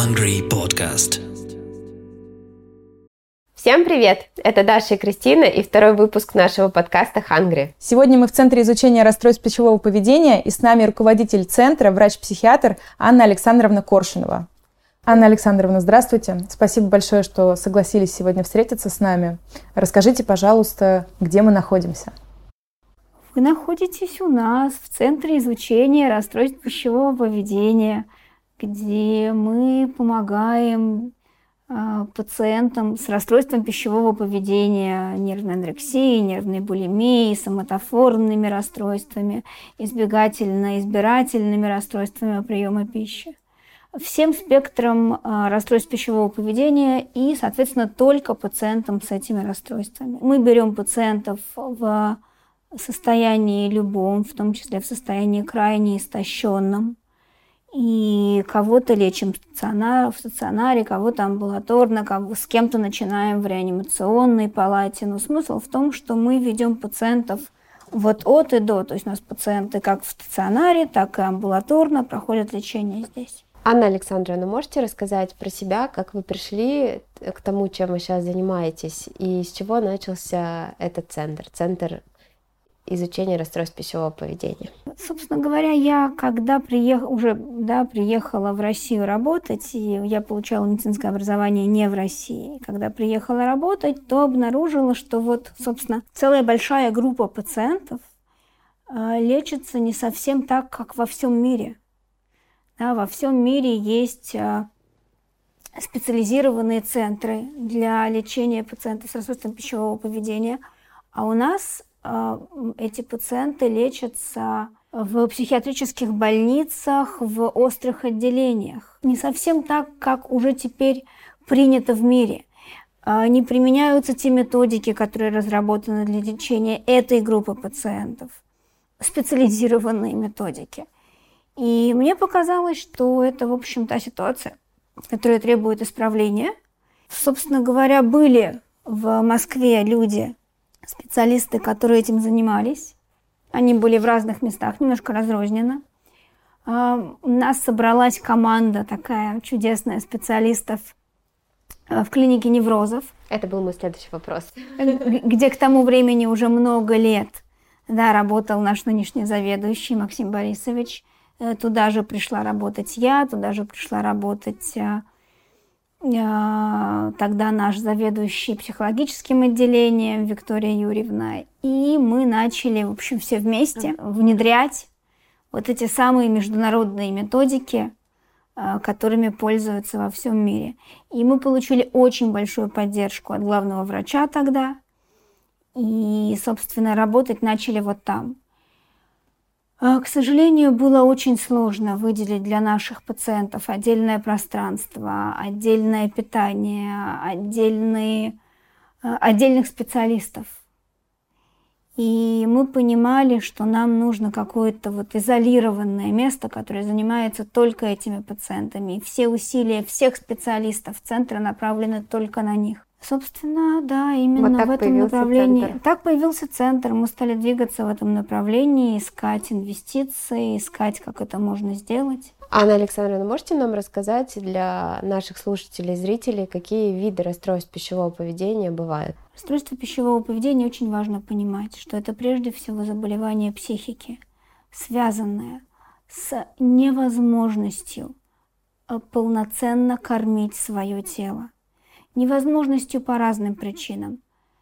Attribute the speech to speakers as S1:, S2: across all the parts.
S1: Hungry Podcast.
S2: Всем привет! Это Даша и Кристина и второй выпуск нашего подкаста Hungry.
S3: Сегодня мы в Центре изучения расстройств пищевого поведения, и с нами руководитель Центра, врач-психиатр Анна Александровна Коршунова. Анна Александровна, здравствуйте. Спасибо большое, что согласились сегодня встретиться с нами. Расскажите, пожалуйста, где мы находимся?
S4: Вы находитесь у нас в Центре изучения расстройств пищевого поведения, где мы помогаем пациентам с расстройством пищевого поведения, нервной анорексией, нервной булимией, соматофорными расстройствами, избирательными расстройствами приема пищи. Всем спектром расстройств пищевого поведения и, соответственно, только пациентам с этими расстройствами. Мы берем пациентов в состоянии любом, в том числе в состоянии крайне истощенном. И кого-то лечим в стационаре, кого-то амбулаторно, с кем-то начинаем в реанимационной палате. Но смысл в том, что мы ведем пациентов от и до. То есть у нас пациенты как в стационаре, так и амбулаторно проходят лечение здесь.
S2: Анна Александровна, можете рассказать про себя, как вы пришли к тому, чем вы сейчас занимаетесь, и с чего начался этот центр изучения расстройств пищевого поведения?
S4: Собственно говоря, я когда приехала в Россию работать, и я получала медицинское образование не в России. Когда приехала работать, то обнаружила, что собственно, целая большая группа пациентов лечится не совсем так, как во всем мире. Да, во всем мире есть специализированные центры для лечения пациентов с расстройством пищевого поведения, а у нас эти пациенты лечатся в психиатрических больницах, в острых отделениях. Не совсем так, как уже теперь принято в мире. Не применяются те методики, которые разработаны для лечения этой группы пациентов, специализированные методики. И мне показалось, что это, в общем, та ситуация, которая требует исправления. Собственно говоря, были в Москве люди, специалисты, которые этим занимались. Они были в разных местах, немножко разрозненно. У нас собралась команда такая чудесная специалистов в клинике неврозов.
S2: Это был мой следующий вопрос.
S4: Где к тому времени уже много лет работал наш нынешний заведующий Максим Борисович. Туда же пришла работать я, туда же пришла работать тогда наш заведующий психологическим отделением Виктория Юрьевна. И мы начали, в общем, все вместе внедрять эти самые международные методики, которыми пользуются во всем мире. И мы получили очень большую поддержку от главного врача тогда. И, собственно, работать начали там. К сожалению, было очень сложно выделить для наших пациентов отдельное пространство, отдельное питание, отдельных специалистов. И мы понимали, что нам нужно какое-то изолированное место, которое занимается только этими пациентами. И все усилия всех специалистов центра направлены только на них. Собственно, да, именно в этом направлении.
S2: Центр.
S4: Так появился центр. Мы стали двигаться в этом направлении, искать инвестиции, искать, как это можно сделать.
S2: Анна Александровна, можете нам рассказать для наших слушателей и зрителей, какие виды расстройств пищевого поведения бывают?
S4: Расстройство пищевого поведения очень важно понимать, что это прежде всего заболевание психики, связанное с невозможностью полноценно кормить свое тело. Невозможностью по разным причинам.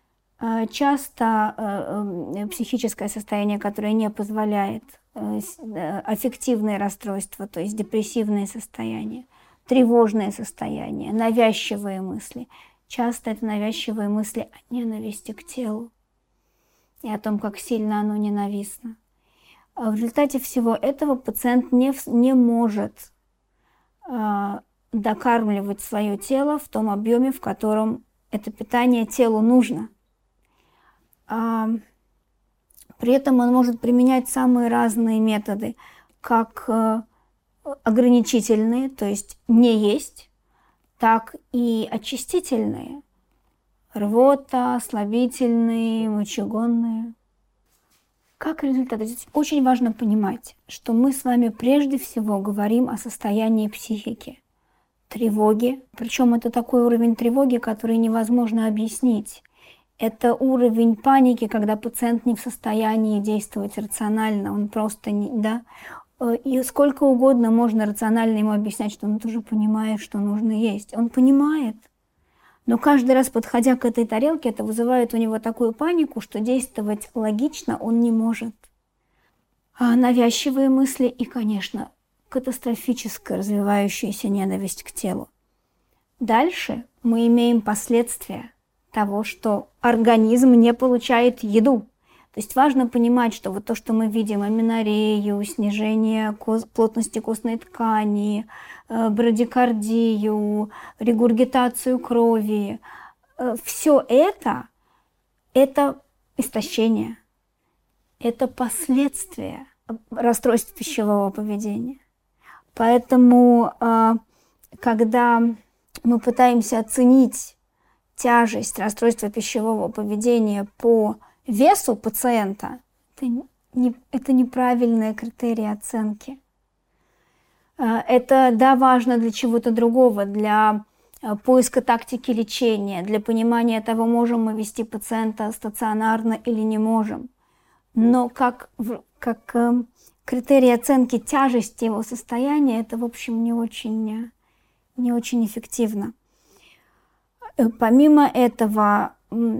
S4: Часто психическое состояние, которое не позволяет, аффективные расстройства, то есть депрессивные состояния, тревожные состояния, навязчивые мысли. Часто это навязчивые мысли о ненависти к телу и о том, как сильно оно ненавистно. В результате всего этого пациент не может докармливать свое тело в том объеме, в котором это питание телу нужно. При этом он может применять самые разные методы, как ограничительные, то есть не есть, так и очистительные, рвота, слабительные, мочегонные. Как результат, здесь очень важно понимать, что мы с вами прежде всего говорим о состоянии психики. тревоги. Причем это такой уровень тревоги, который невозможно объяснить. Это уровень паники, когда пациент не в состоянии действовать рационально, он просто не, да. И сколько угодно можно рационально ему объяснять, что он тоже понимает, что нужно есть. Он понимает. Но каждый раз, подходя к этой тарелке, это вызывает у него такую панику, что действовать логично он не может. Навязчивые мысли и, конечно, катастрофическая развивающаяся ненависть к телу. Дальше мы имеем последствия того, что организм не получает еду. То есть важно понимать, что вот то, что мы видим, аменорею, снижение плотности костной ткани, брадикардию, регургитацию крови, все это истощение, это последствия расстройств пищевого поведения. Поэтому, когда мы пытаемся оценить тяжесть расстройства пищевого поведения по весу пациента, это неправильные критерии оценки. Это, да, важно для чего-то другого, для поиска тактики лечения, для понимания того, можем мы вести пациента стационарно или не можем. Но как критерий оценки тяжести его состояния, это, в общем, не очень эффективно. Помимо этого,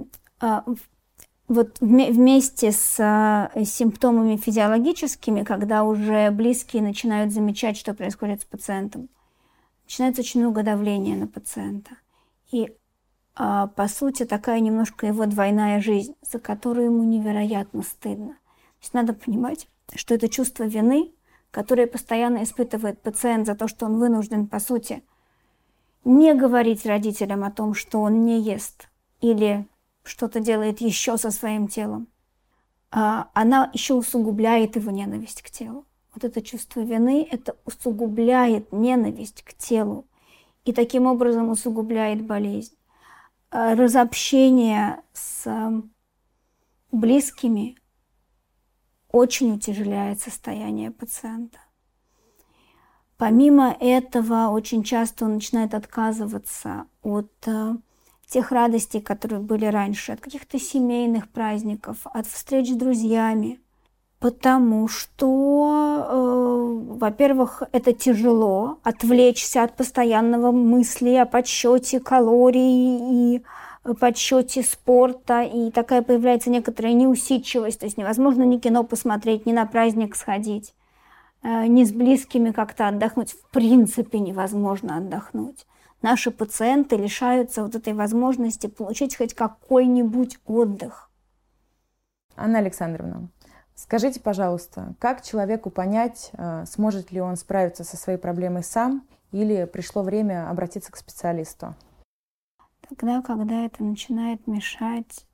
S4: вот вместе с симптомами физиологическими, когда уже близкие начинают замечать, что происходит с пациентом, начинается очень много давления на пациента. И, по сути, такая немножко его двойная жизнь, за которую ему невероятно стыдно. То есть надо понимать, что это чувство вины, которое постоянно испытывает пациент за то, что он вынужден, по сути, не говорить родителям о том, что он не ест или что-то делает еще со своим телом, она еще усугубляет его ненависть к телу. Вот это чувство вины, это усугубляет ненависть к телу и таким образом усугубляет болезнь. Разобщение с близкими очень утяжеляет состояние пациента. Помимо этого, очень часто он начинает отказываться от тех радостей, которые были раньше, от каких-то семейных праздников, от встреч с друзьями, потому что, во-первых, это тяжело отвлечься от постоянного мысли о подсчете калорий и подсчете спорта, и такая появляется некоторая неусидчивость, то есть невозможно ни кино посмотреть, ни на праздник сходить, ни с близкими как-то отдохнуть, в принципе невозможно отдохнуть. Наши пациенты лишаются вот этой возможности получить хоть какой-нибудь отдых.
S3: Анна Александровна, скажите, пожалуйста, как человеку понять, сможет ли он справиться со своей проблемой сам или пришло время обратиться к специалисту?
S4: Тогда, когда это начинает мешать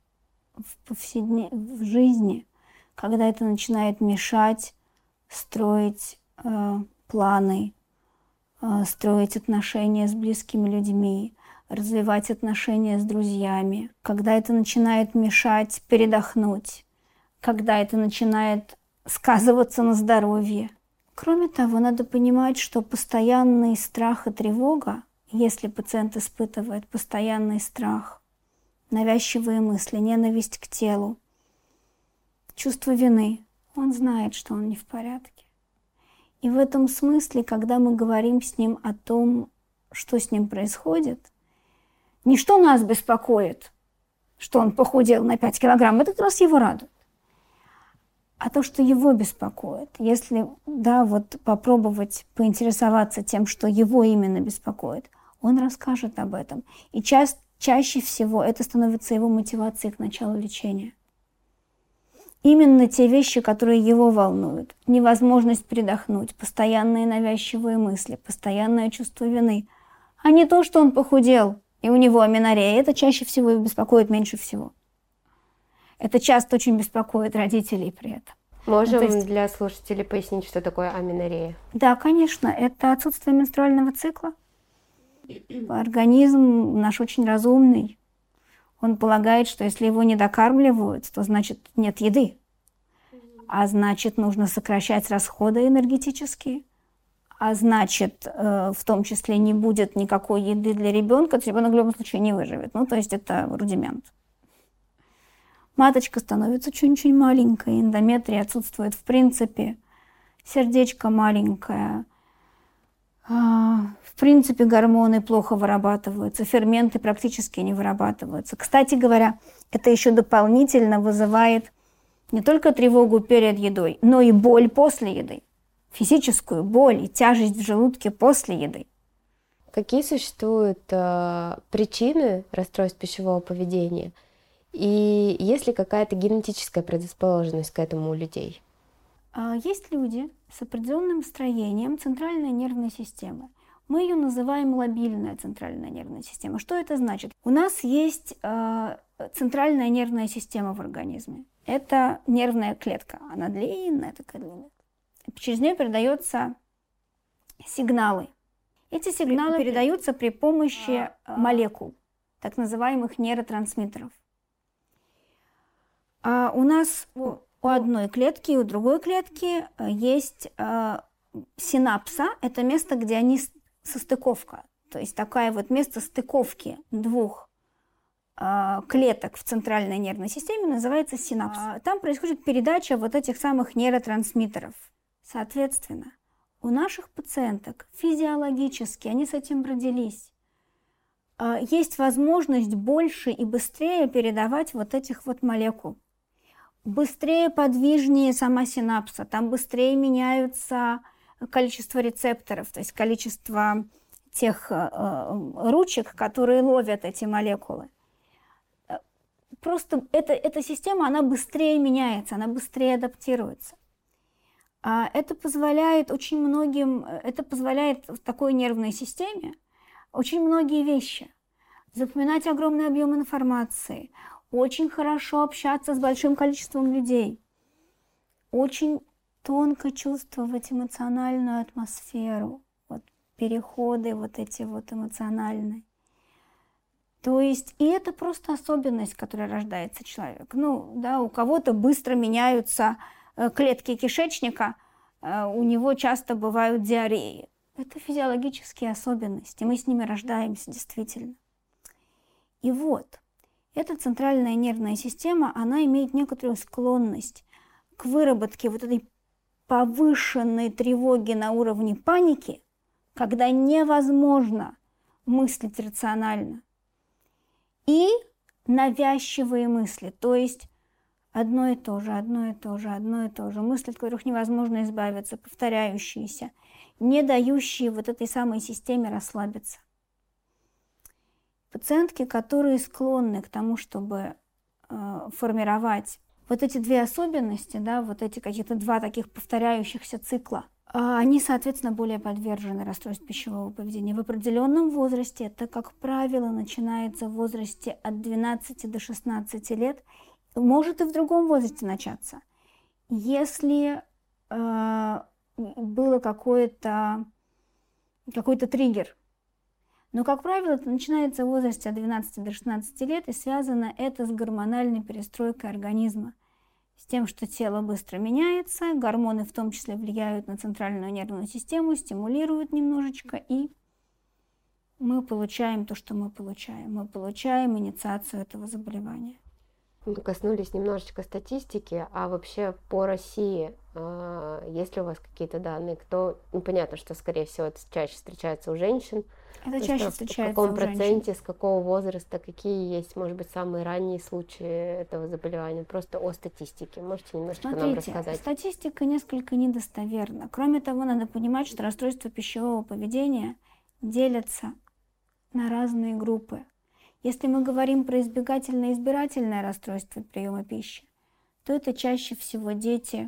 S4: в жизни, когда это начинает мешать строить планы, строить отношения с близкими людьми, развивать отношения с друзьями, когда это начинает мешать передохнуть, когда это начинает сказываться на здоровье. Кроме того, надо понимать, что постоянный страх и тревога, если пациент испытывает постоянный страх, навязчивые мысли, ненависть к телу, чувство вины, он знает, что он не в порядке. И в этом смысле, когда мы говорим с ним о том, что с ним происходит, не что нас беспокоит, что он похудел на 5 килограмм, это как раз его радует, а то, что его беспокоит. Если, да, вот попробовать поинтересоваться тем, что его именно беспокоит, он расскажет об этом. И чаще всего это становится его мотивацией к началу лечения. Именно те вещи, которые его волнуют. Невозможность передохнуть, постоянные навязчивые мысли, постоянное чувство вины. А не то, что он похудел, и у него аменорея. Это чаще всего его беспокоит меньше всего. Это часто очень беспокоит родителей при этом.
S2: Можем для слушателей пояснить, что такое аменорея?
S4: Да, конечно. Это отсутствие менструального цикла. Организм наш очень разумный. Он полагает, что если его не докармливают, то значит нет еды. А значит, нужно сокращать расходы энергетические. а значит, в том числе не будет никакой еды для ребенка, то ребенок в любом случае не выживет. Ну, то есть это рудимент. Маточка становится очень-очень маленькой, эндометрий отсутствует в принципе, сердечко маленькое, в принципе гормоны плохо вырабатываются, ферменты практически не вырабатываются. Кстати говоря, это еще дополнительно вызывает не только тревогу перед едой, но и боль после еды, физическую боль и тяжесть в желудке после еды.
S2: Какие существуют причины расстройств пищевого поведения? И есть ли какая-то генетическая предрасположенность к этому у людей?
S4: Есть люди с определенным строением центральной нервной системы. Мы ее называем лобильная центральная нервная система. Что это значит? У нас есть центральная нервная система в организме. Это нервная клетка. Она длинная, такая длинная. Через нее передаются сигналы. Эти сигналы передаются при помощи молекул, так называемых нейротрансмиттеров. У нас у одной клетки и у другой клетки есть синапса. Это место, где они состыковка. То есть такое вот место стыковки двух клеток в центральной нервной системе называется синапс. Там происходит передача вот этих самых нейротрансмиттеров. Соответственно, у наших пациенток физиологически, они с этим родились, есть возможность больше и быстрее передавать вот этих вот молекул. Быстрее, подвижнее сама синапса, там быстрее меняются количество рецепторов, то есть количество тех ручек, которые ловят эти молекулы. Просто эта система, она быстрее меняется, она быстрее адаптируется. Это позволяет очень многим, это позволяет в такой нервной системе очень многие вещи. Запоминать огромный объем информации, очень хорошо общаться с большим количеством людей, очень тонко чувствовать эмоциональную атмосферу, вот переходы вот эти вот эмоциональные. То есть, и это просто особенность, которая рождается человек. Ну, да, у кого-то быстро меняются клетки кишечника, у него часто бывают диареи. Это физиологические особенности, мы с ними рождаемся действительно. И вот, эта центральная нервная система, она имеет некоторую склонность к выработке вот этой повышенной тревоги на уровне паники, когда невозможно мыслить рационально. И навязчивые мысли, то есть одно и то же, одно и то же, одно и то же, мысли, от которых невозможно избавиться, повторяющиеся, не дающие вот этой самой системе расслабиться. Пациентки, которые склонны к тому, чтобы формировать вот эти две особенности, да, вот эти какие-то два таких повторяющихся цикла, они, соответственно, более подвержены расстройству пищевого поведения. В определенном возрасте, это, как правило, начинается в возрасте от 12 до 16 лет, может и в другом возрасте начаться. Если было какой-то триггер. Но, как правило, это начинается в возрасте от 12 до 16 лет, и связано это с гормональной перестройкой организма. С тем, что тело быстро меняется, гормоны в том числе влияют на центральную нервную систему, стимулируют немножечко, и мы получаем то, что мы получаем. Мы получаем инициацию этого заболевания.
S2: Мы коснулись немножечко статистики, а вообще по России, есть ли у вас какие-то данные? Понятно, что, скорее всего, это чаще встречается у женщин.
S4: Это чаще встречается
S2: у женщин. В каком
S4: проценте,
S2: женщин. С какого возраста, какие есть, может быть, самые ранние случаи этого заболевания? Просто о статистике. Можете немножечко нам рассказать?
S4: Статистика несколько недостоверна. Кроме того, надо понимать, что расстройства пищевого поведения делятся на разные группы. Если мы говорим про избирательное расстройство приема пищи, то это чаще всего дети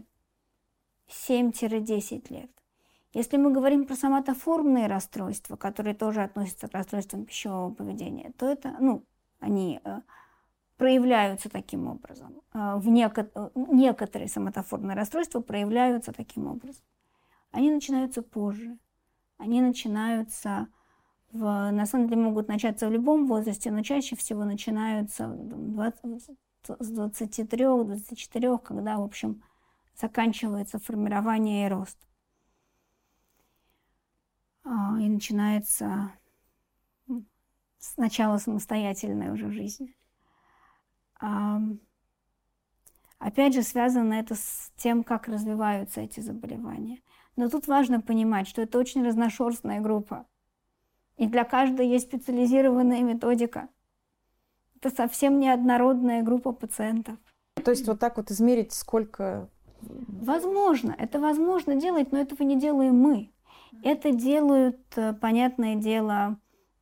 S4: 7-10 лет. Если мы говорим про соматоформные расстройства, которые тоже относятся к расстройствам пищевого поведения, то это, они проявляются таким образом. Некоторые соматоформные расстройства проявляются таким образом. Они начинаются позже. Они начинаются на самом деле могут начаться в любом возрасте, но чаще всего начинаются с 23-24, когда, в общем, заканчивается формирование и рост. и начинается сначала самостоятельная уже жизнь. Опять же, связано это с тем, как развиваются эти заболевания. Но тут важно понимать, что это очень разношерстная группа. И для каждой есть специализированная методика. Это совсем не однородная группа пациентов.
S3: То есть вот так вот измерить, сколько...
S4: Возможно, это возможно делать, но этого не делаем мы. Это делают, понятное дело,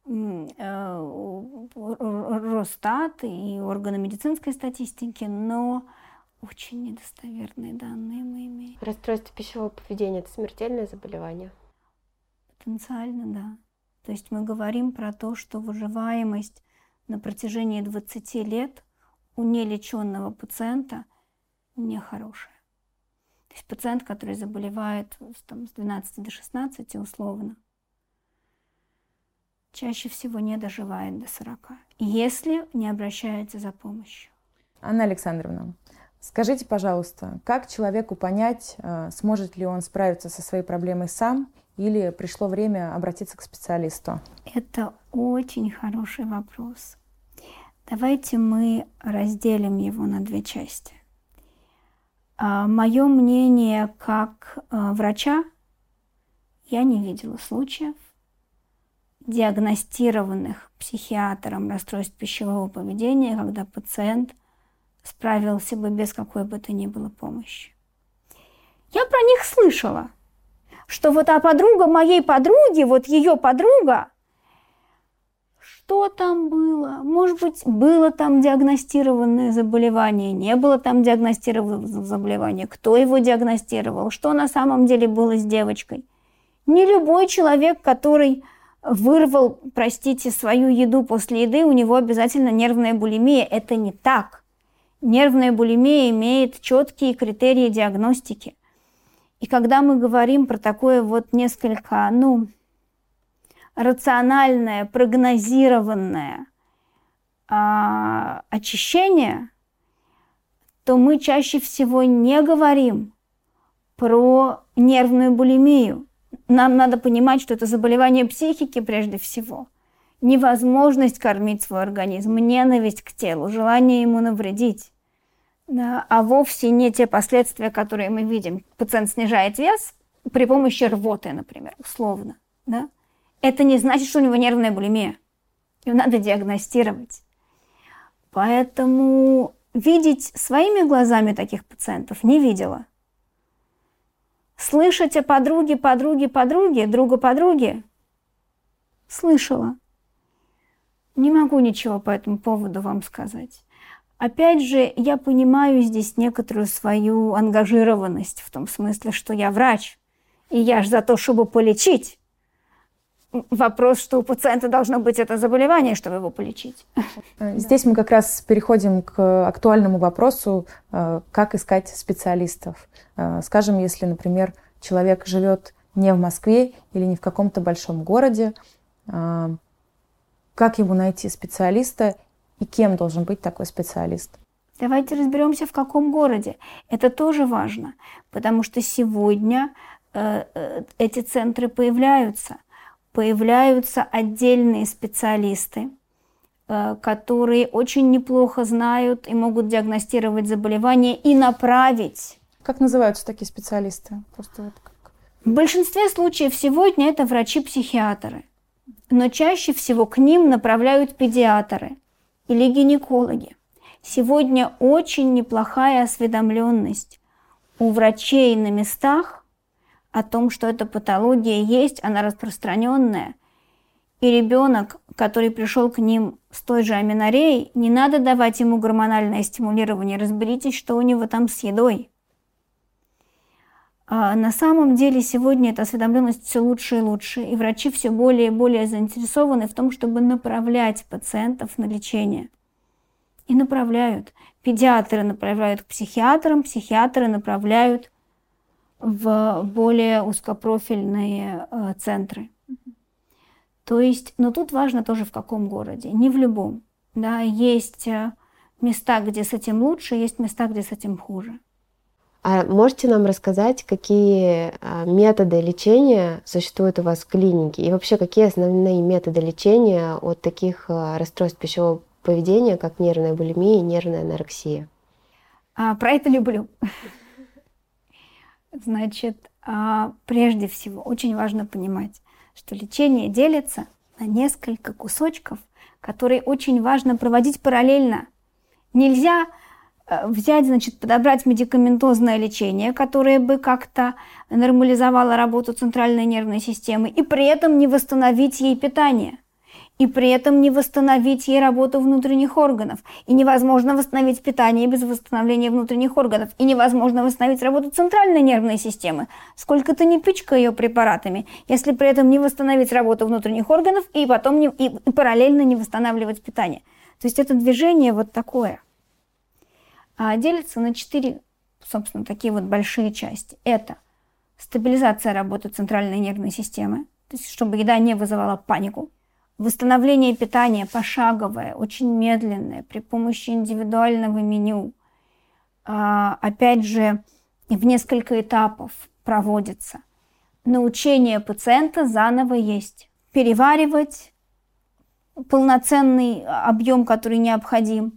S4: Росстат и органы медицинской статистики, но очень недостоверные данные мы имеем.
S2: Расстройство пищевого поведения – это смертельное заболевание?
S4: Потенциально, да. То есть мы говорим про то, что выживаемость на протяжении 20 лет у нелеченного пациента нехорошая. То есть пациент, который заболевает там, с 12 до 16 условно, чаще всего не доживает до 40, если не обращается за помощью.
S3: Анна Александровна, скажите, пожалуйста, как человеку понять, сможет ли он справиться со своей проблемой сам или пришло время обратиться к специалисту?
S4: Это очень хороший вопрос. Давайте мы разделим его на две части. Мое мнение как врача, я не видела случаев диагностированных психиатром расстройств пищевого поведения, когда пациент справился бы без какой бы то ни было помощи. Я про них слышала, что вот подруга моей подруги, вот ее подруга, что там было? Может быть, было там диагностированное заболевание, не было там диагностированного заболевания, кто его диагностировал, что на самом деле было с девочкой. Не любой человек, который вырвал, простите, свою еду после еды, у него обязательно нервная булимия. Это не так. Нервная булимия имеет четкие критерии диагностики. И когда мы говорим про такое вот несколько, рациональное, прогнозированное очищение, то мы чаще всего не говорим про нервную булимию. Нам надо понимать, что это заболевание психики прежде всего. Невозможность кормить свой организм, ненависть к телу, желание ему навредить. Да, а вовсе не те последствия, которые мы видим. Пациент снижает вес при помощи рвоты, например, условно. Да? Это не значит, что у него нервная булимия. Ее надо диагностировать. Поэтому видеть своими глазами таких пациентов не видела. Слышать о подруге, друга подруги слышала. Не могу ничего по этому поводу вам сказать. Опять же, я понимаю здесь некоторую свою ангажированность, в том смысле, что я врач, и я же за то, чтобы полечить. Вопрос, что у пациента должно быть это заболевание, чтобы его полечить.
S3: Здесь мы как раз переходим к актуальному вопросу, как искать специалистов. Скажем, если, например, человек живет не в Москве или не в каком-то большом городе, как ему найти специалиста и кем должен быть такой специалист?
S4: Давайте разберемся, в каком городе. Это тоже важно, потому что сегодня эти центры появляются. Появляются отдельные специалисты, которые очень неплохо знают и могут диагностировать заболевания и направить.
S3: Как называются такие специалисты? Просто вот как.
S4: В большинстве случаев сегодня это врачи-психиатры, но чаще всего к ним направляют педиатры или гинекологи. Сегодня очень неплохая осведомленность у врачей на местах о том, что эта патология есть, она распространенная. И ребенок, который пришел к ним с той же аменореей, не надо давать ему гормональное стимулирование. Разберитесь, что у него там с едой. На самом деле сегодня эта осведомленность все лучше и лучше, и врачи все более и более заинтересованы в том, чтобы направлять пациентов на лечение. И направляют. Педиатры направляют к психиатрам, психиатры направляют в более узкопрофильные центры. То есть, но тут важно тоже в каком городе, не в любом. Да, есть места, где с этим лучше, есть места, где с этим хуже.
S2: А можете нам рассказать, какие методы лечения существуют у вас в клинике? И вообще, какие основные методы лечения от таких расстройств пищевого поведения, как нервная булимия и нервная анорексия?
S4: Про это люблю. Значит, прежде всего, очень важно понимать, что лечение делится на несколько кусочков, которые очень важно проводить параллельно. Нельзя взять, значит, подобрать медикаментозное лечение, которое бы как-то нормализовало работу центральной нервной системы, и при этом не восстановить ей питание, и при этом не восстановить ей работу внутренних органов. И невозможно восстановить питание без восстановления внутренних органов, и невозможно восстановить работу центральной нервной системы. Сколько ты не пичкай ее препаратами, если при этом не восстановить работу внутренних органов и потом и параллельно не восстанавливать питание. То есть это движение вот такое. Делится на 4, собственно, такие вот большие части. Это стабилизация работы центральной нервной системы, то есть чтобы еда не вызывала панику. Восстановление питания пошаговое, очень медленное, при помощи индивидуального меню. Опять же, в несколько этапов проводится. Научение пациента заново есть. Переваривать полноценный объем, который необходим.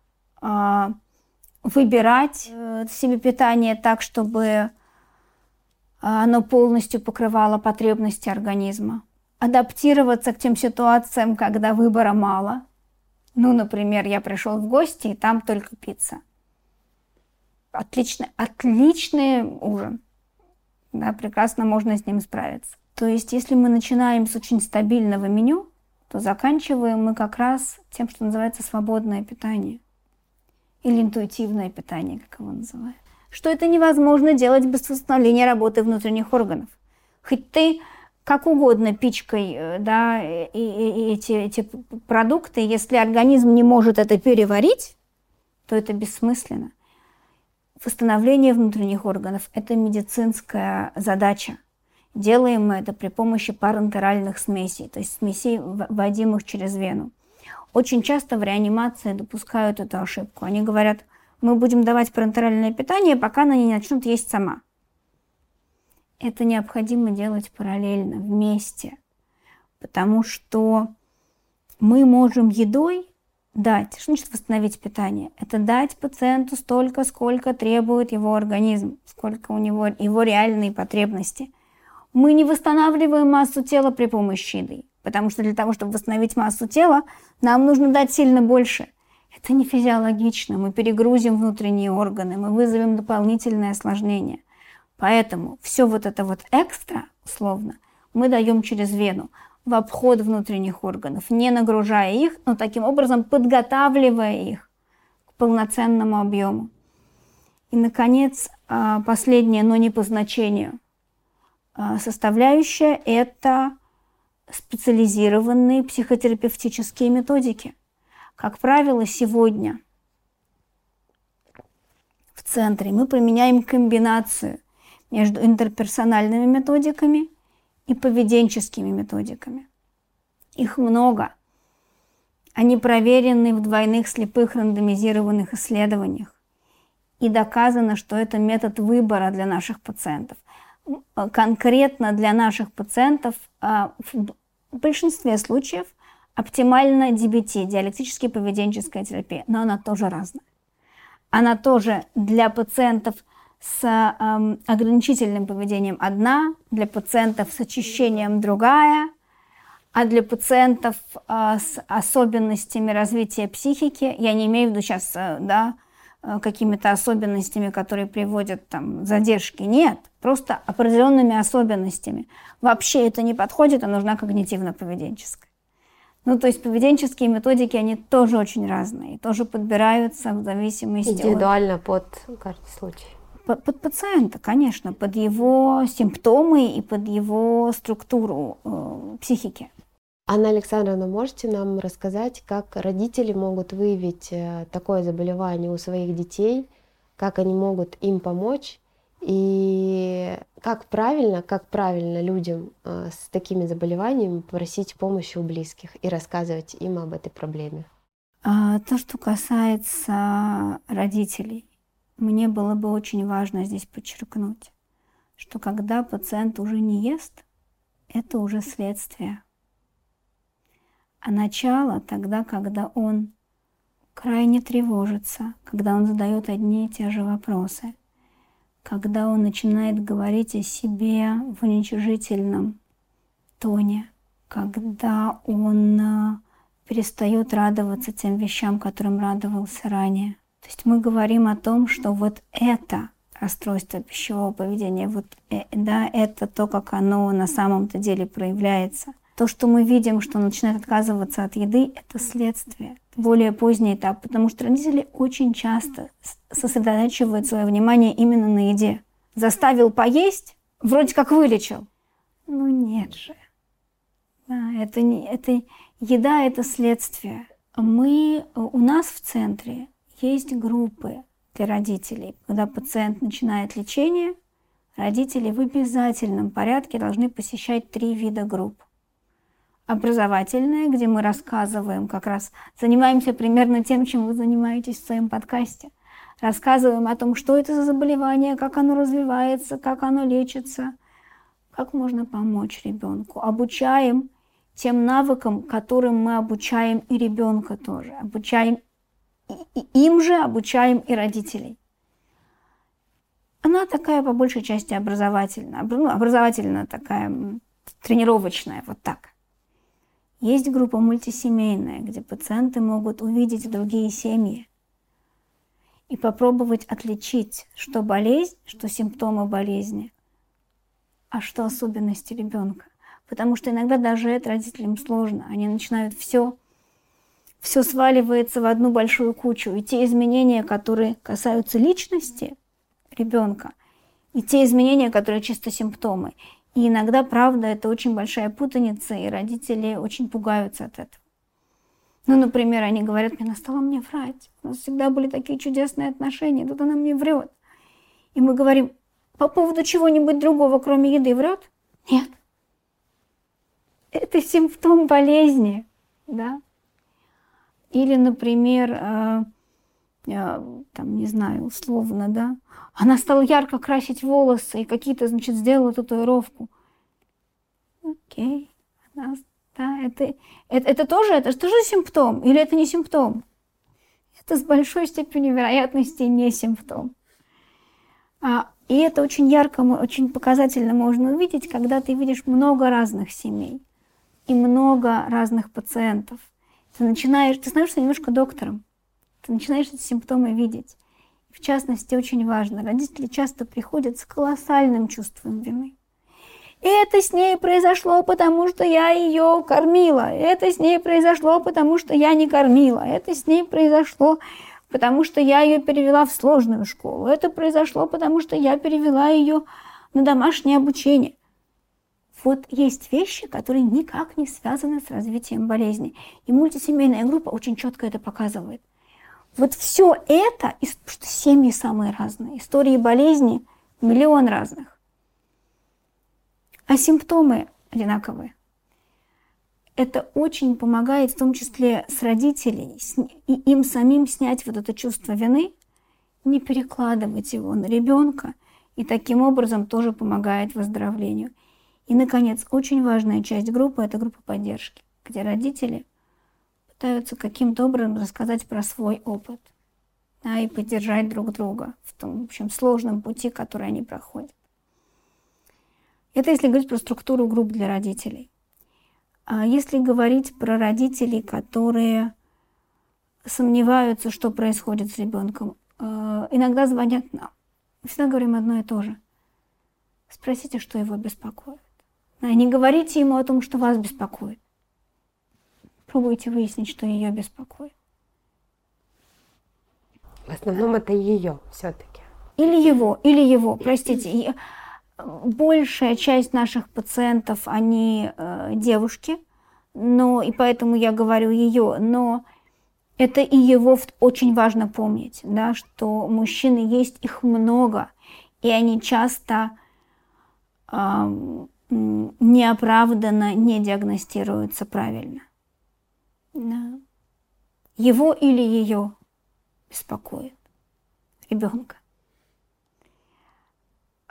S4: Выбирать себе питание так, чтобы оно полностью покрывало потребности организма. Адаптироваться к тем ситуациям, когда выбора мало. Ну, например, я пришел в гости, и там только пицца. Отличный ужин. Да, прекрасно можно с ним справиться. То есть, если мы начинаем с очень стабильного меню, то заканчиваем мы как раз тем, что называется свободное питание. Или интуитивное питание, как его называют. Что это невозможно делать без восстановления работы внутренних органов. Хоть ты как угодно пичкой, да, и эти продукты, если организм не может это переварить, то это бессмысленно. Восстановление внутренних органов – это медицинская задача. Делаем мы это при помощи парентеральных смесей, то есть смесей, вводимых через вену. Очень часто в реанимации допускают эту ошибку. Они говорят, мы будем давать парентеральное питание, пока она не начнет есть сама. Это необходимо делать параллельно, вместе, потому что мы можем едой дать, что значит восстановить питание? Это дать пациенту столько, сколько требует его организм, сколько у него его реальные потребности. Мы не восстанавливаем массу тела при помощи еды, потому что для того, чтобы восстановить массу тела, нам нужно дать сильно больше. Это не физиологично, мы перегрузим внутренние органы, мы вызовем дополнительное осложнение. Поэтому все вот это вот экстра, условно, мы даем через вену, в обход внутренних органов, не нагружая их, но таким образом подготавливая их к полноценному объему. И, наконец, последнее, но не по значению, составляющая – это специализированные психотерапевтические методики. Как правило, сегодня в центре мы применяем комбинацию между интерперсональными методиками и поведенческими методиками. Их много. Они проверены в двойных слепых рандомизированных исследованиях. И доказано, что это метод выбора для наших пациентов. Конкретно для наших пациентов в большинстве случаев оптимальна DBT, диалектически поведенческая терапия, но она тоже разная. Она тоже для пациентов с ограничительным поведением одна, для пациентов с очищением другая, а для пациентов с особенностями развития психики, я не имею в виду сейчас, да, какими-то особенностями, которые приводят там задержки, нет, просто определенными особенностями. Вообще это не подходит, а нужна когнитивно-поведенческая. Ну, то есть поведенческие методики, они тоже очень разные, тоже подбираются в зависимости
S2: индивидуально под каждый случай.
S4: Под пациента, конечно, под его симптомы и под его структуру психики.
S2: Анна Александровна, можете нам рассказать, как родители могут выявить такое заболевание у своих детей, как они могут им помочь и как правильно людям с такими заболеваниями просить помощи у близких и рассказывать им об этой проблеме?
S4: То, что касается родителей, мне было бы очень важно здесь подчеркнуть, что когда пациент уже не ест, это уже следствие. А начало тогда, когда он крайне тревожится, когда он задает одни и те же вопросы, когда он начинает говорить о себе в уничижительном тоне, когда он перестает радоваться тем вещам, которым радовался ранее. То есть мы говорим о том, что вот это расстройство пищевого поведения, да, это то, как оно на самом-то деле проявляется. То, что мы видим, что он начинает отказываться от еды, это следствие, более поздний этап, потому что родители очень часто сосредотачивают свое внимание именно на еде. Заставил поесть, вроде как вылечил. Ну нет же. Да, еда – это следствие. У нас в центре есть группы для родителей. Когда пациент начинает лечение, родители в обязательном порядке должны посещать 3 вида групп. Образовательная, где мы рассказываем, как раз занимаемся примерно тем, чем вы занимаетесь в своем подкасте. Рассказываем о том, что это за заболевание, как оно развивается, как оно лечится, как можно помочь ребенку. Обучаем тем навыкам, которым мы обучаем и ребенка тоже. Обучаем обучаем и родителей. Она такая, по большей части, образовательная такая, тренировочная, вот так. Есть группа мультисемейная, где пациенты могут увидеть другие семьи и попробовать отличить, что болезнь, что симптомы болезни, а что особенности ребенка. Потому что иногда даже это родителям сложно. Они начинают все сваливается в одну большую кучу. И те изменения, которые касаются личности ребенка, и те изменения, которые чисто симптомы. И иногда, правда, это очень большая путаница, и родители очень пугаются от этого. Ну, например, они говорят, мне настало мне врать. У нас всегда были такие чудесные отношения, тут она мне врет. И мы говорим, по поводу чего-нибудь другого, кроме еды, врет? Нет. Это симптом болезни, да. Или, например, там, не знаю, условно, да, она стала ярко красить волосы и какие-то, значит, сделала татуировку. Окей. Да, это тоже симптом или это не симптом? Это с большой степенью вероятности не симптом. И это очень ярко, очень показательно можно увидеть, когда ты видишь много разных семей и много разных пациентов. Ты становишься немножко доктором. Ты начинаешь эти симптомы видеть. В частности, очень важно, родители часто приходят с колоссальным чувством вины. Это с ней произошло, потому что я ее кормила. Это с ней произошло, потому что я не кормила. Это с ней произошло, потому что я ее перевела в сложную школу. Это произошло, потому что я перевела ее на домашнее обучение. Вот есть вещи, которые никак не связаны с развитием болезни. И мультисемейная группа очень четко это показывает. Вот все это, потому что семьи самые разные, истории болезни миллион разных, а симптомы одинаковые. Это очень помогает, в том числе с родителей, и им самим снять вот это чувство вины, не перекладывать его на ребенка, и таким образом тоже помогает выздоровлению. И, наконец, очень важная часть группы – это группа поддержки, где родители пытаются каким-то образом рассказать про свой опыт, да, и поддержать друг друга в том, в общем, сложном пути, который они проходят. Это если говорить про структуру групп для родителей. А если говорить про родителей, которые сомневаются, что происходит с ребенком, иногда звонят нам. Мы всегда говорим одно и то же. Спросите, что его беспокоит. Не говорите ему о том, что вас беспокоит. Пробуйте выяснить, что ее беспокоит.
S2: В основном это ее все-таки.
S4: Или его, простите. Большая часть наших пациентов, они девушки, и поэтому я говорю ее, но это и его очень важно помнить, да, что мужчины есть, их много, и они часто неоправданно не диагностируются правильно. Да. Его или ее беспокоит ребенка.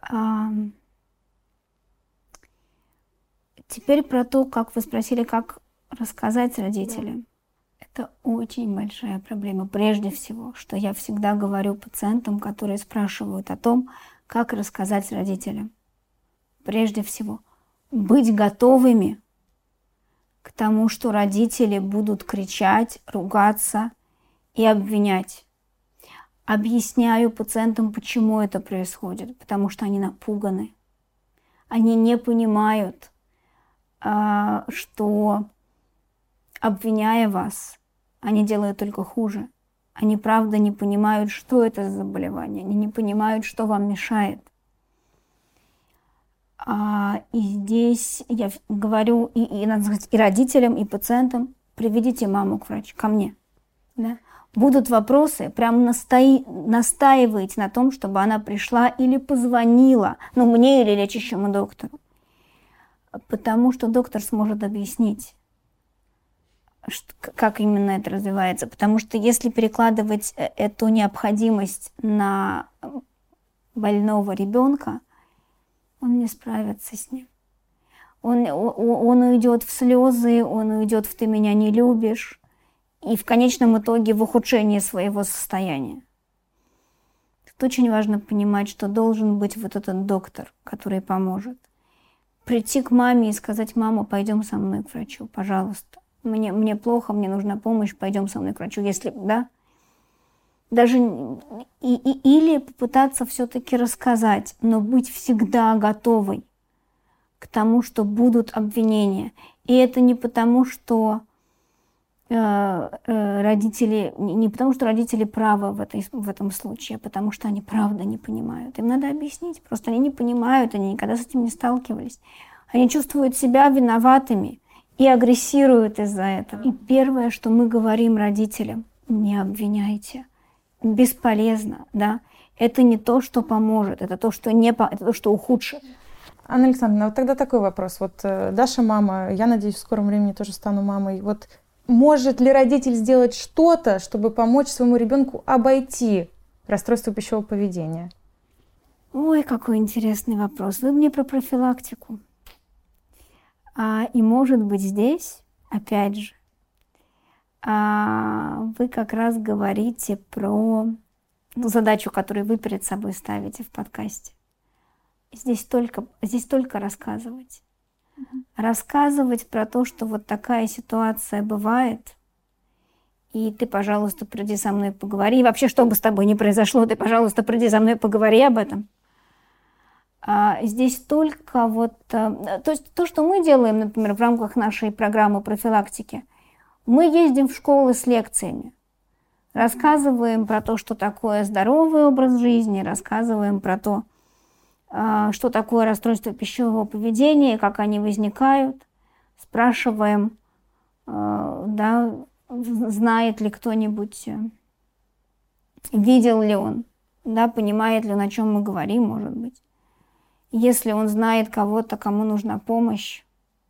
S4: Теперь про то, как вы спросили, как рассказать родителям. Это очень большая проблема. Прежде всего, что я всегда говорю пациентам, которые спрашивают о том, как рассказать родителям. Прежде всего, быть готовыми к тому, что родители будут кричать, ругаться и обвинять. Объясняю пациентам, почему это происходит, потому что они напуганы. Они не понимают, что, обвиняя вас, они делают только хуже. Они, правда, не понимают, что это за заболевание. Они не понимают, что вам мешает. И здесь я говорю и родителям, и пациентам: приведите маму к врачу, ко мне. Да? Будут вопросы, прям настаивайте на том, чтобы она пришла или позвонила, мне или лечащему доктору. Потому что доктор сможет объяснить, как именно это развивается. Потому что если перекладывать эту необходимость на больного ребенка, он не справится с ним. Он уйдет в слезы, он уйдет в «ты меня не любишь», и в конечном итоге в ухудшение своего состояния. Тут очень важно понимать, что должен быть вот этот доктор, который поможет. Прийти к маме и сказать: мама, пойдем со мной к врачу, пожалуйста. Мне плохо, мне нужна помощь, пойдем со мной к врачу. Если, да, даже или попытаться все-таки рассказать, но быть всегда готовой к тому, что будут обвинения. И это не потому, что родители, не потому, что родители правы в этом случае, а потому что они правда не понимают. Им надо объяснить, просто они не понимают, они никогда с этим не сталкивались. Они чувствуют себя виноватыми и агрессируют из-за этого. И первое, что мы говорим родителям: не обвиняйте. Бесполезно, да. Это не то, что поможет, это то, что ухудшит.
S3: Анна Александровна, вот тогда такой вопрос. Вот Даша мама, я надеюсь, в скором времени тоже стану мамой. Вот может ли родитель сделать что-то, чтобы помочь своему ребенку обойти расстройство пищевого поведения?
S4: Ой, какой интересный вопрос. Вы мне про профилактику. И может быть здесь, опять же, вы как раз говорите про задачу, которую вы перед собой ставите в подкасте. Здесь только рассказывать. Рассказывать про то, что вот такая ситуация бывает, и ты, пожалуйста, приди со мной поговори. И вообще, что бы с тобой ни произошло, ты, пожалуйста, приди со мной поговори об этом. Здесь только то есть то, что мы делаем, например, в рамках нашей программы профилактики, мы ездим в школы с лекциями, рассказываем про то, что такое здоровый образ жизни, рассказываем про то, что такое расстройство пищевого поведения, как они возникают, спрашиваем, да, знает ли кто-нибудь, видел ли он, да, понимает ли он, о чем мы говорим, может быть. Если он знает кого-то, кому нужна помощь,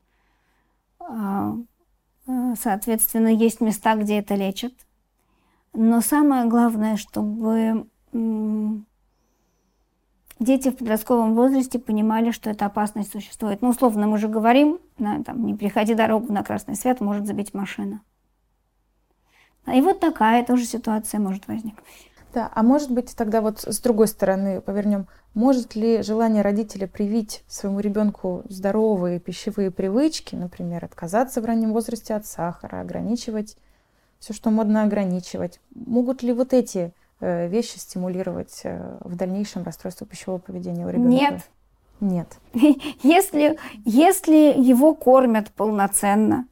S4: соответственно, есть места, где это лечат. Но самое главное, чтобы дети в подростковом возрасте понимали, что эта опасность существует. Условно, мы же говорим, не переходи дорогу на красный свет, может забить машина. И вот такая тоже ситуация может возникнуть.
S3: Да, а может быть тогда вот с другой стороны повернем, может ли желание родителя привить своему ребенку здоровые пищевые привычки, например, отказаться в раннем возрасте от сахара, ограничивать все, что модно ограничивать, могут ли вот эти вещи стимулировать в дальнейшем расстройство пищевого поведения у ребенка?
S4: Нет.
S3: Нет.
S4: Если его кормят полноценно,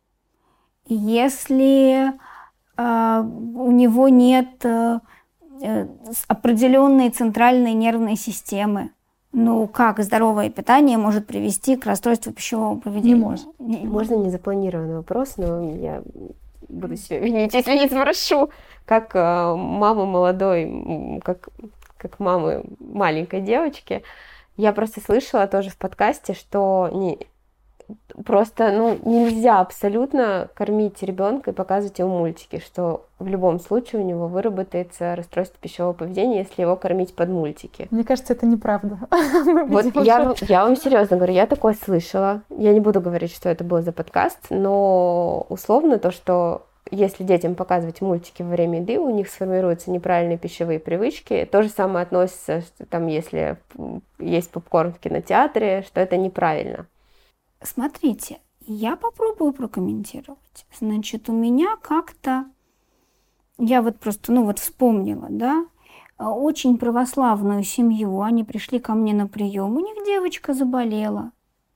S4: если у него нет определенной центральной нервной системы, как здоровое питание может привести к расстройству пищевого поведения?
S3: Не может.
S2: Можно незапланированный вопрос, но я буду себя винить, если не спрошу. Как мама молодой, как мамы маленькой девочки, я просто слышала тоже в подкасте, что просто, нельзя абсолютно кормить ребенка и показывать ему мультики, что в любом случае у него выработается расстройство пищевого поведения, если его кормить под мультики.
S3: Мне кажется, это неправда.
S2: Вот я вам серьезно говорю, я такое слышала. Я не буду говорить, что это был за подкаст, но условно то, что если детям показывать мультики во время еды, у них сформируются неправильные пищевые привычки. То же самое относится, что там, если есть попкорн в кинотеатере, что это неправильно.
S4: Смотрите, я попробую прокомментировать. Значит, у меня как-то, я вот просто, вспомнила, да, очень православную семью. Они пришли ко мне на прием, у них девочка заболела,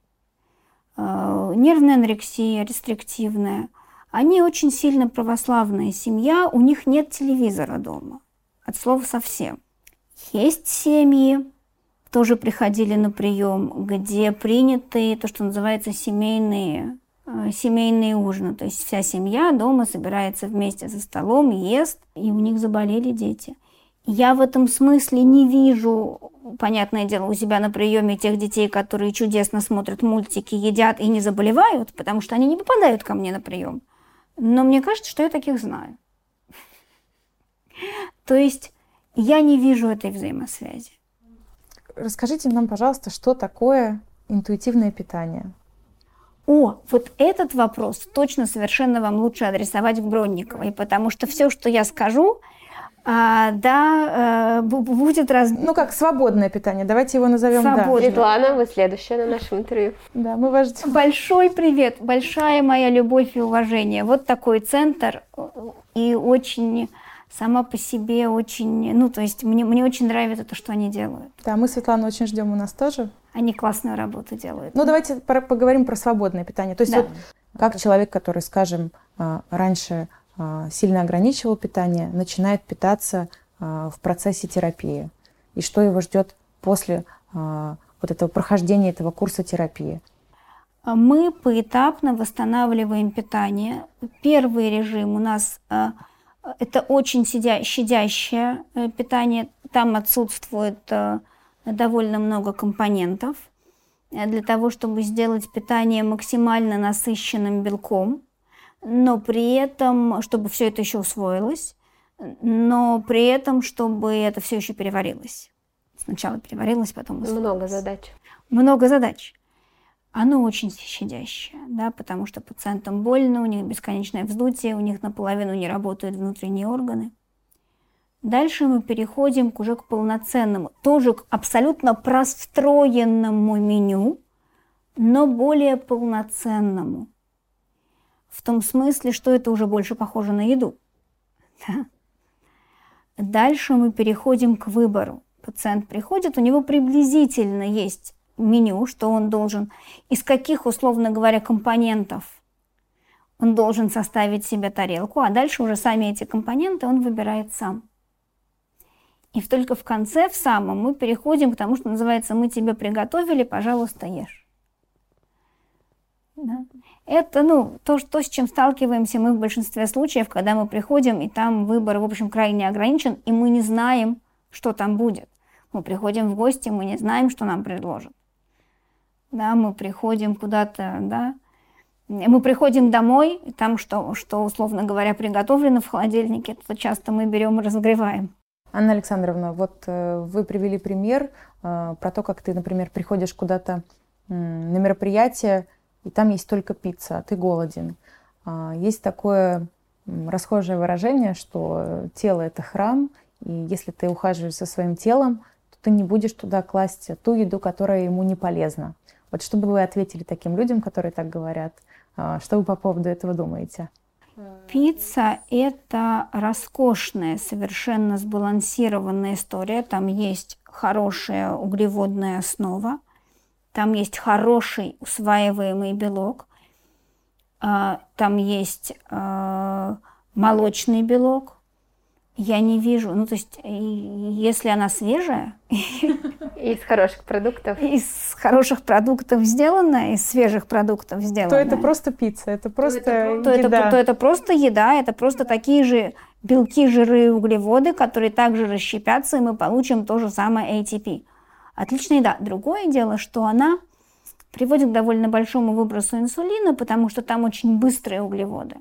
S4: нервная анорексия, рестриктивная. Они очень сильно православная семья, у них нет телевизора дома, от слова совсем. Есть семьи, тоже приходили на прием, где приняты то, что называется семейные ужины. То есть вся семья дома собирается вместе за столом, ест, и у них заболели дети. Я в этом смысле не вижу, понятное дело, у себя на приеме тех детей, которые чудесно смотрят мультики, едят и не заболевают, потому что они не попадают ко мне на прием. Но мне кажется, что я таких знаю. То есть я не вижу этой взаимосвязи.
S3: Расскажите нам, пожалуйста, что такое интуитивное питание?
S4: Вот этот вопрос точно совершенно вам лучше адресовать к Бронниковой, потому что все, что я скажу, будет
S3: как свободное питание, давайте его назовем.
S2: Да. Светлана, вы следующая на нашем интервью.
S3: Да, мы вас ждем.
S4: Большой привет, большая моя любовь и уважение. Вот такой центр, и очень сама по себе очень, то есть мне очень нравится то, что они делают.
S3: Да, мы Светлану очень ждем у нас тоже.
S4: Они классную работу делают.
S3: Давайте поговорим про свободное питание. То есть как человек, который, скажем, раньше сильно ограничивал питание, начинает питаться в процессе терапии. И что его ждет после вот этого прохождения этого курса терапии?
S4: Мы поэтапно восстанавливаем питание. Первый режим у нас это очень щадящее питание. Там отсутствует довольно много компонентов для того, чтобы сделать питание максимально насыщенным белком, но при этом, чтобы все это еще усвоилось, но при этом, чтобы это все еще переварилось. Сначала переварилось, потом усвоилось. Много задач. Оно очень щадящее, да, потому что пациентам больно, у них бесконечное вздутие, у них наполовину не работают внутренние органы. Дальше мы переходим уже к полноценному, тоже к абсолютно простроенному меню, но более полноценному. В том смысле, что это уже больше похоже на еду. Да. Дальше мы переходим к выбору. Пациент приходит, у него приблизительно есть меню, что он должен, из каких, условно говоря, компонентов он должен составить себе тарелку, а дальше уже сами эти компоненты он выбирает сам. И только в конце, в самом, мы переходим к тому, что называется «мы тебе приготовили, пожалуйста, ешь». Да? Это, то, с чем сталкиваемся мы в большинстве случаев, когда мы приходим, и там выбор, в общем, крайне ограничен, и мы не знаем, что там будет. Мы приходим в гости, мы не знаем, что нам предложат. Да, мы приходим куда-то, да, мы приходим домой, и там, что, условно говоря, приготовлено в холодильнике, это часто мы берем и разогреваем.
S3: Анна Александровна, вот вы привели пример про то, как ты, например, приходишь куда-то на мероприятие, и там есть только пицца, а ты голоден. Есть такое расхожее выражение, что тело – это храм, и если ты ухаживаешь за своим телом, то ты не будешь туда класть ту еду, которая ему не полезна. Вот что бы вы ответили таким людям, которые так говорят? Что вы по поводу этого думаете?
S4: Пицца – это роскошная, совершенно сбалансированная история. Там есть хорошая углеводная основа, там есть хороший усваиваемый белок, там есть молочный белок. Я не вижу, то есть, если она свежая...
S2: Из хороших продуктов.
S4: Из хороших продуктов сделана, из свежих продуктов сделана.
S3: То это просто пицца, это просто еда.
S4: То это просто еда, это просто такие же белки, жиры и углеводы, которые также расщепятся, и мы получим то же самое ATP. Отличная еда. Другое дело, что она приводит к довольно большому выбросу инсулина, потому что там очень быстрые углеводы.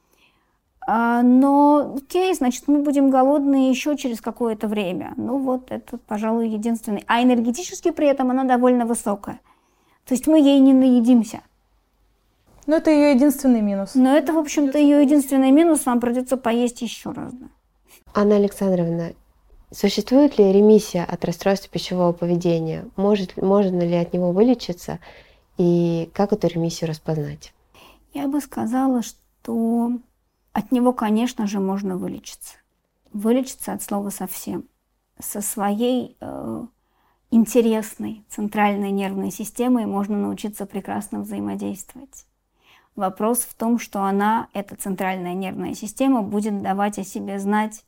S4: Но окей, значит, мы будем голодны еще через какое-то время. Ну вот, это, пожалуй, единственный. А энергетически при этом она довольно высокая. То есть мы ей не наедимся.
S3: Но это ее единственный минус.
S4: Но это, в общем-то, ее единственный минус. Вам придется поесть еще раз. Да.
S2: Анна Александровна, существует ли ремиссия от расстройства пищевого поведения? Можно ли от него вылечиться? И как эту ремиссию распознать?
S4: Я бы сказала, что от него, конечно же, можно вылечиться. Вылечиться от слова совсем. Со своей интересной центральной нервной системой можно научиться прекрасно взаимодействовать. Вопрос в том, что она, эта центральная нервная система, будет давать о себе знать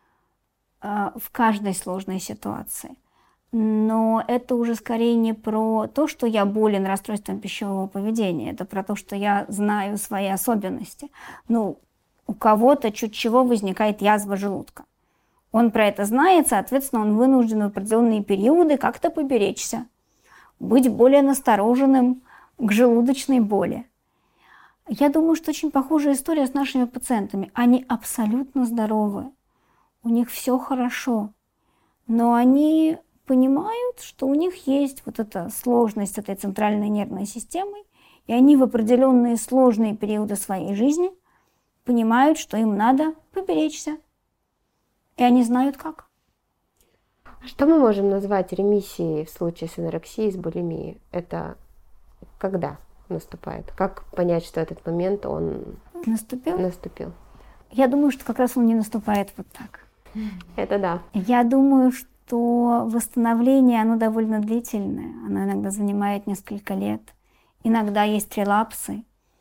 S4: в каждой сложной ситуации. Но это уже скорее не про то, что я болен расстройством пищевого поведения, это про то, что я знаю свои особенности. Ну, у кого-то чуть чего возникает язва желудка. Он про это знает, соответственно, он вынужден в определенные периоды как-то поберечься, быть более настороженным к желудочной боли. Я думаю, что очень похожая история с нашими пациентами. Они абсолютно здоровы, у них все хорошо, но они понимают, что у них есть вот эта сложность с этой центральной нервной системой, и они в определенные сложные периоды своей жизни понимают, что им надо поберечься. И они знают как.
S2: Что мы можем назвать ремиссией в случае с анорексией, с булимией? Это когда наступает? Как понять, что этот момент он наступил?
S4: Я думаю, что как раз он не наступает вот так.
S2: Это да.
S4: Я думаю, что восстановление, оно довольно длительное. Оно иногда занимает несколько лет. Иногда есть релапсы.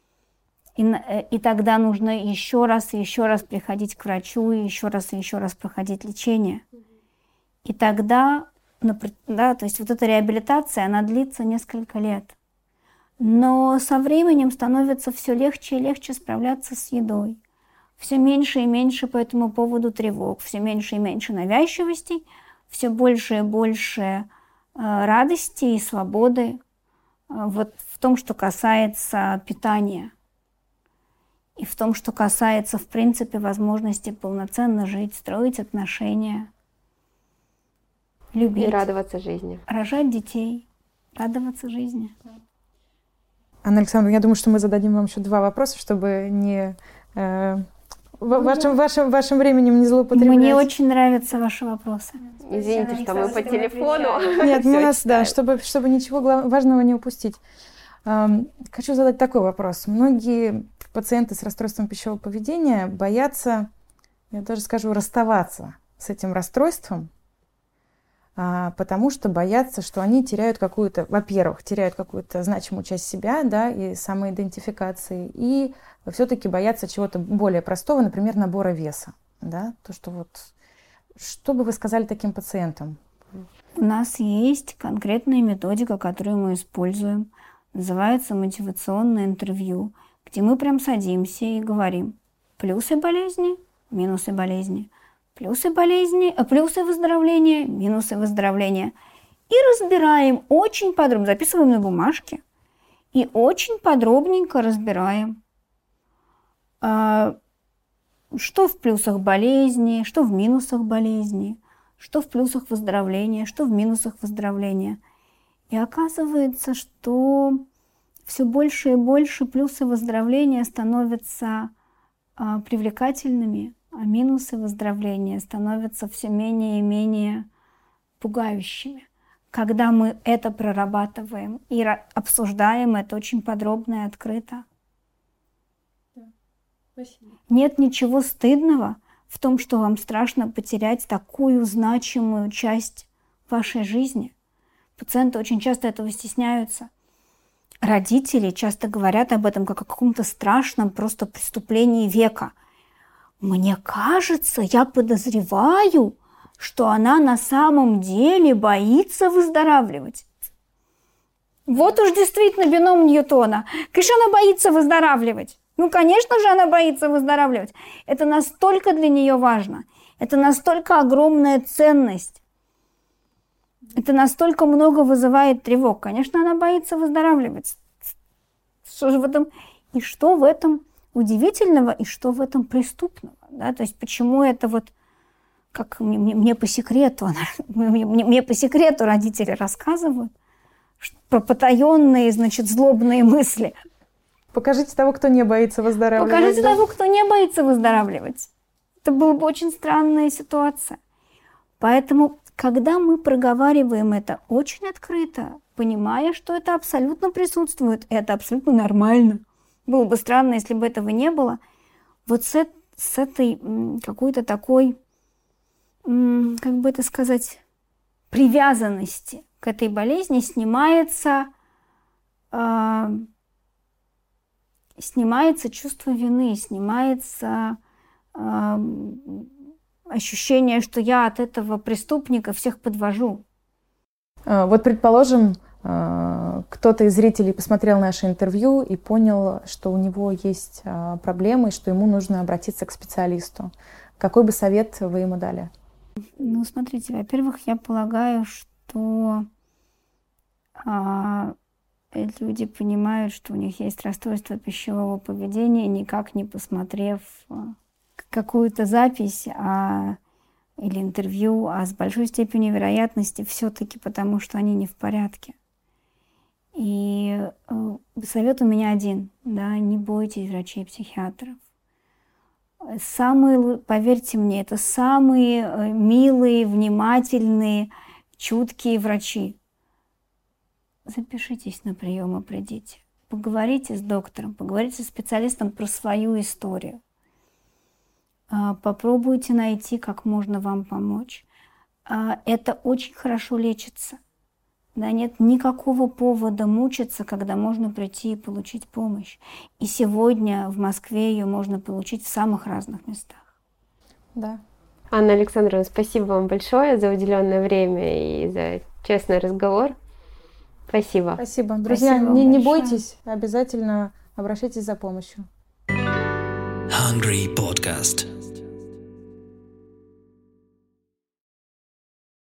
S4: И тогда нужно еще раз приходить к врачу, и еще раз проходить лечение. И тогда, да, то есть вот эта реабилитация, она длится несколько лет. Но со временем становится все легче и легче справляться с едой. Все меньше и меньше по этому поводу тревог, все меньше и меньше навязчивостей, все больше и больше радости и свободы вот в том, что касается питания. И в том, что касается, в принципе, возможности полноценно жить, строить отношения, любить.
S2: И радоваться жизни.
S4: Рожать детей, радоваться жизни.
S3: Анна Александровна, я думаю, что мы зададим вам еще 2 вопроса, чтобы не вашим временем не злоупотреблять.
S4: Мне очень нравятся ваши вопросы.
S2: Извините, что мы по телефону.
S3: Нет, у нас, да, чтобы ничего важного не упустить. Хочу задать такой вопрос. Многие пациенты с расстройством пищевого поведения боятся, я даже скажу, расставаться с этим расстройством, потому что боятся, что они теряют какую-то, во-первых, теряют какую-то значимую часть себя, да, и самоидентификации, и все-таки боятся чего-то более простого, например, набора веса, да, то, что вот, что бы вы сказали таким пациентам?
S4: У нас есть конкретная методика, которую мы используем, называется мотивационное интервью, где мы прям садимся и говорим плюсы болезни, минусы болезни, плюсы болезни, плюсы выздоровления, минусы выздоровления. И разбираем очень подробно, записываем на бумажке и очень подробненько разбираем, что в плюсах болезни, что в минусах болезни, что в плюсах выздоровления, что в минусах выздоровления. И оказывается, что все больше и больше плюсы выздоровления становятся привлекательными, а минусы выздоровления становятся все менее и менее пугающими. Когда мы это прорабатываем и обсуждаем это очень подробно и открыто.
S3: Да. Спасибо.
S4: Нет ничего стыдного в том, что вам страшно потерять такую значимую часть вашей жизни. Пациенты очень часто этого стесняются. Родители часто говорят об этом как о каком-то страшном просто преступлении века. Мне кажется, я подозреваю, что она на самом деле боится выздоравливать. Вот уж действительно бином Ньютона. Конечно, она боится выздоравливать. Ну, конечно же, она боится выздоравливать. Это настолько для нее важно. Это настолько огромная ценность. Это настолько много вызывает тревог. Конечно, она боится выздоравливать. Что же в этом? И что в этом удивительного, и что в этом преступного? Да? То есть почему это вот, как мне по секрету, мне по секрету родители рассказывают про потаенные, значит, злобные мысли.
S3: Покажите того, кто не боится выздоравливать.
S4: Покажите того, кто не боится выздоравливать. Это была бы очень странная ситуация. Поэтому, когда мы проговариваем это очень открыто, понимая, что это абсолютно присутствует, это абсолютно нормально. Было бы странно, если бы этого не было. Вот с этой какой-то такой, как бы это сказать, привязанности к этой болезни снимается чувство вины, снимается ощущение, что я от этого преступника всех подвожу.
S3: Вот, предположим, кто-то из зрителей посмотрел наше интервью и понял, что у него есть проблемы, и что ему нужно обратиться к специалисту. Какой бы совет вы ему дали?
S4: Ну, смотрите, во-первых, я полагаю, что люди понимают, что у них есть расстройство пищевого поведения, никак не посмотрев какую-то запись или интервью, а с большой степенью вероятности все-таки потому, что они не в порядке. И совет у меня один, да, не бойтесь врачей-психиатров. Поверьте мне, это самые милые, внимательные, чуткие врачи. Запишитесь на прием и придите. Поговорите с доктором, поговорите с специалистом про свою историю. Попробуйте найти, как можно вам помочь. Это очень хорошо лечится. Да, нет никакого повода мучиться, когда можно прийти и получить помощь. И сегодня в Москве ее можно получить в самых разных местах.
S3: Да.
S2: Анна Александровна, спасибо вам большое за уделенное время и за честный разговор. Спасибо.
S3: Спасибо. Друзья, не бойтесь, обязательно обращайтесь за помощью.
S1: Hungry Podcast.